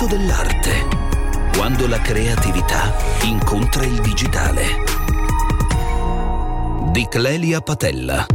mondo dell'arte, quando la creatività incontra il digitale. Di Clelia Patella.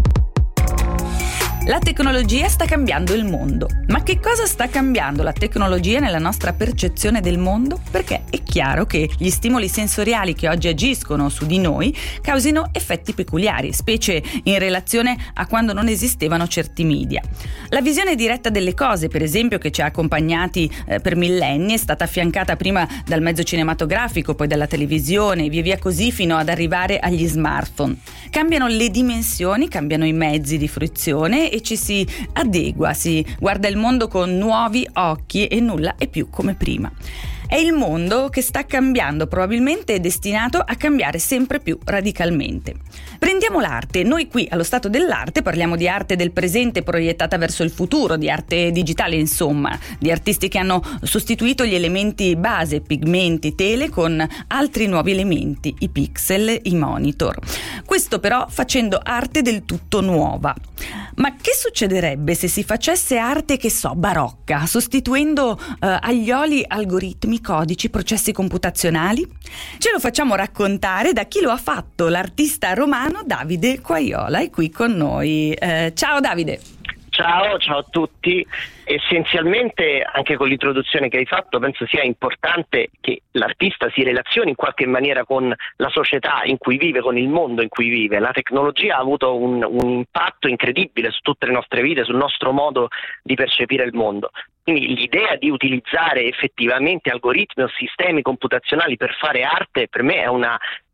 La tecnologia sta cambiando il mondo. Ma che cosa sta cambiando la tecnologia nella nostra percezione del mondo? Perché è chiaro che gli stimoli sensoriali che oggi agiscono su di noi causino effetti peculiari, specie in relazione a quando non esistevano certi media. La visione diretta delle cose, per esempio, che ci ha accompagnati per millenni, è stata affiancata prima dal mezzo cinematografico, poi dalla televisione e via via così fino ad arrivare agli smartphone. Cambiano le dimensioni, cambiano i mezzi di fruizione e ci si adegua, si guarda il mondo con nuovi occhi e nulla è più come prima. È il mondo che sta cambiando, probabilmente è destinato a cambiare sempre più radicalmente. Prendiamo l'arte. Noi qui allo Stato dell'Arte parliamo di arte del presente proiettata verso il futuro, di arte digitale insomma, di artisti che hanno sostituito gli elementi base, pigmenti, tele con altri nuovi elementi, i pixel, i monitor. Questo però facendo arte del tutto nuova. Ma che succederebbe se si facesse arte, che so, barocca, sostituendo agli oli algoritmi, codici, processi computazionali? Ce lo facciamo raccontare da chi lo ha fatto, l'artista romano Davide Quaiola è qui con noi. Ciao Davide. Ciao a tutti. Essenzialmente, anche con l'introduzione che hai fatto, penso sia importante che l'artista si relazioni in qualche maniera con la società in cui vive, con il mondo in cui vive. La tecnologia ha avuto un impatto incredibile su tutte le nostre vite, sul nostro modo di percepire il mondo. Quindi l'idea di utilizzare effettivamente algoritmi o sistemi computazionali per fare arte, per me è una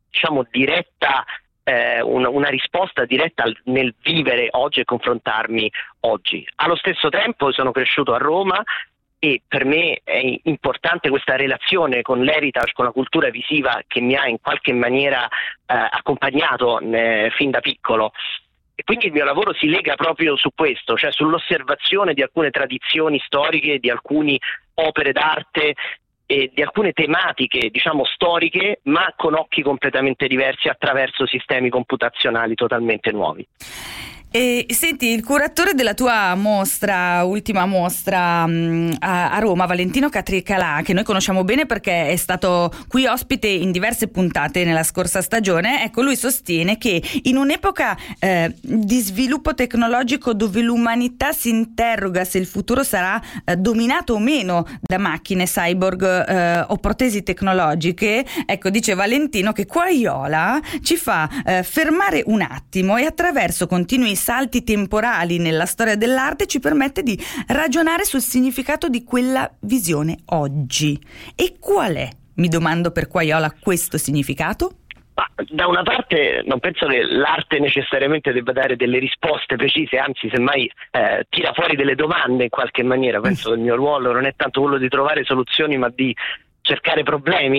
diretta una risposta diretta nel vivere oggi e confrontarmi oggi. Allo stesso tempo sono cresciuto a Roma e per me è importante questa relazione con l'heritage, con la cultura visiva che mi ha in qualche maniera accompagnato fin da piccolo. E quindi il mio lavoro si lega proprio su questo, cioè sull'osservazione di alcune tradizioni storiche, di alcune opere d'arte e di alcune tematiche, storiche, ma con occhi completamente diversi attraverso sistemi computazionali totalmente nuovi. E senti, il curatore della tua mostra, ultima mostra a Roma, Valentino Catricalà, che noi conosciamo bene perché è stato qui ospite in diverse puntate nella scorsa stagione, ecco, lui sostiene che in un'epoca di sviluppo tecnologico dove l'umanità si interroga se il futuro sarà dominato o meno da macchine, cyborg o protesi tecnologiche, ecco, dice Valentino che Quaiola ci fa fermare un attimo e attraverso continui salti temporali nella storia dell'arte ci permette di ragionare sul significato di quella visione oggi. E qual è, mi domando, per Quaiola questo significato? Ma da una parte non penso che l'arte necessariamente debba dare delle risposte precise, anzi semmai tira fuori delle domande in qualche maniera. Penso che il mio ruolo non è tanto quello di trovare soluzioni ma di cercare problemi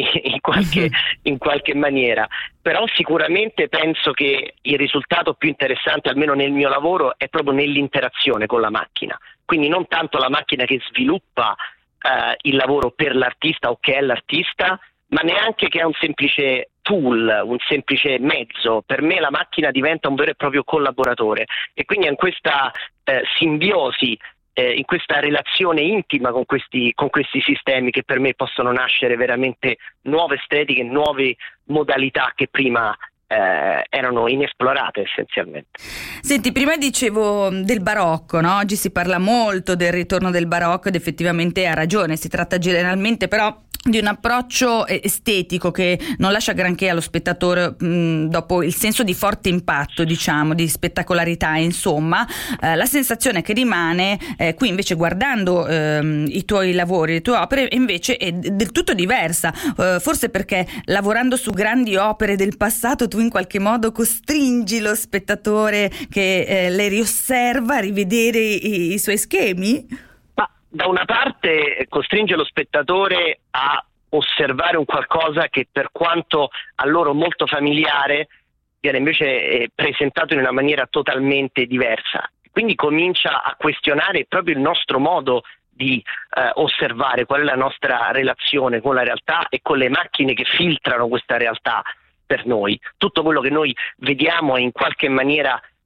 in qualche maniera, però sicuramente penso che il risultato più interessante, almeno nel mio lavoro, è proprio nell'interazione con la macchina, quindi non tanto la macchina che sviluppa il lavoro per l'artista o che è l'artista, ma neanche che è un semplice tool, un semplice mezzo. Per me la macchina diventa un vero e proprio collaboratore e quindi è in questa simbiosi, in questa relazione intima con questi sistemi che per me possono nascere veramente nuove estetiche, nuove modalità che prima erano inesplorate essenzialmente. Senti, prima dicevo del barocco, no? Oggi si parla molto del ritorno del barocco ed effettivamente ha ragione, si tratta generalmente però di un approccio estetico che non lascia granché allo spettatore dopo il senso di forte impatto, di spettacolarità, insomma. La sensazione che rimane qui invece guardando i tuoi lavori, le tue opere, invece è del tutto diversa, forse perché lavorando su grandi opere del passato tu in qualche modo costringi lo spettatore che le riosserva a rivedere i suoi schemi? Da una parte costringe lo spettatore a osservare un qualcosa che, per quanto a loro molto familiare, viene invece presentato in una maniera totalmente diversa. Quindi comincia a questionare proprio il nostro modo di osservare, qual è la nostra relazione con la realtà e con le macchine che filtrano questa realtà per noi. Tutto quello che noi vediamo è in qualche maniera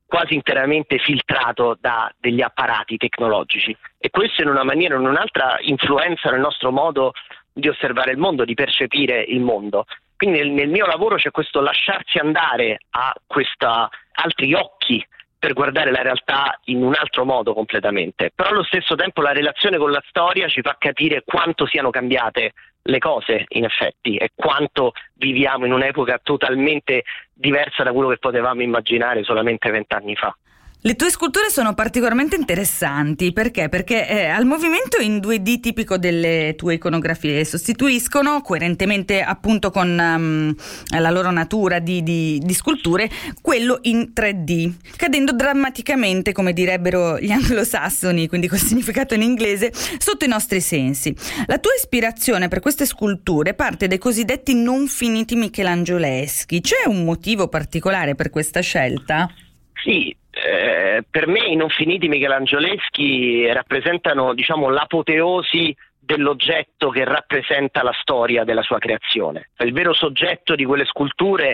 quasi interamente filtrato da degli apparati tecnologici, e questo in una maniera o in un'altra influenza il nostro modo di osservare il mondo, di percepire il mondo. Quindi nel mio lavoro c'è questo lasciarsi andare a altri occhi per guardare la realtà in un altro modo completamente, però allo stesso tempo la relazione con la storia ci fa capire quanto siano cambiate le cose in effetti e quanto viviamo in un'epoca totalmente diversa da quello che potevamo immaginare solamente 20 anni fa. Le tue sculture sono particolarmente interessanti, perché? Perché al movimento in 2D tipico delle tue iconografie sostituiscono, coerentemente appunto con la loro natura di sculture, quello in 3D, cadendo drammaticamente, come direbbero gli anglosassoni, quindi col significato in inglese, sotto i nostri sensi. La tua ispirazione per queste sculture parte dai cosiddetti non finiti michelangioleschi. C'è un motivo particolare per questa scelta? Sì. Per me i non finiti michelangioleschi rappresentano, l'apoteosi dell'oggetto che rappresenta la storia della sua creazione. Il vero soggetto di quelle sculture,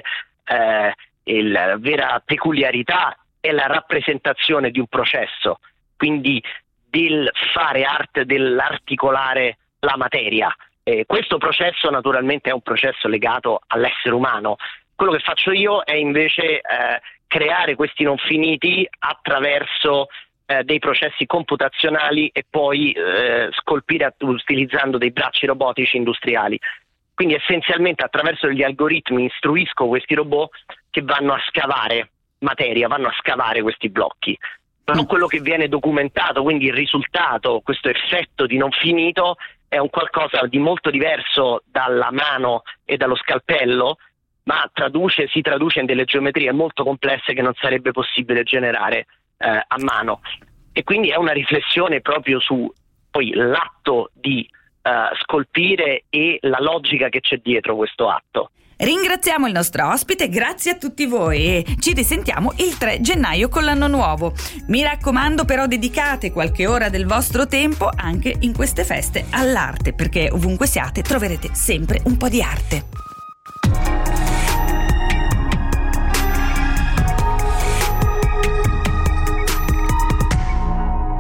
la vera peculiarità è la rappresentazione di un processo, quindi del fare arte, dell'articolare la materia. Questo processo naturalmente è un processo legato all'essere umano. Quello che faccio io è invece creare questi non finiti attraverso dei processi computazionali e poi scolpire utilizzando dei bracci robotici industriali. Quindi essenzialmente attraverso gli algoritmi istruisco questi robot che vanno a scavare materia, vanno a scavare questi blocchi. Però quello che viene documentato, quindi il risultato, questo effetto di non finito, è un qualcosa di molto diverso dalla mano e dallo scalpello, ma si traduce in delle geometrie molto complesse che non sarebbe possibile generare a mano. E quindi è una riflessione proprio su poi l'atto di scolpire e la logica che c'è dietro questo atto. Ringraziamo il nostro ospite, grazie a tutti voi e ci risentiamo il 3 gennaio con l'anno nuovo. Mi raccomando però dedicate qualche ora del vostro tempo anche in queste feste all'arte, perché ovunque siate troverete sempre un po' di arte.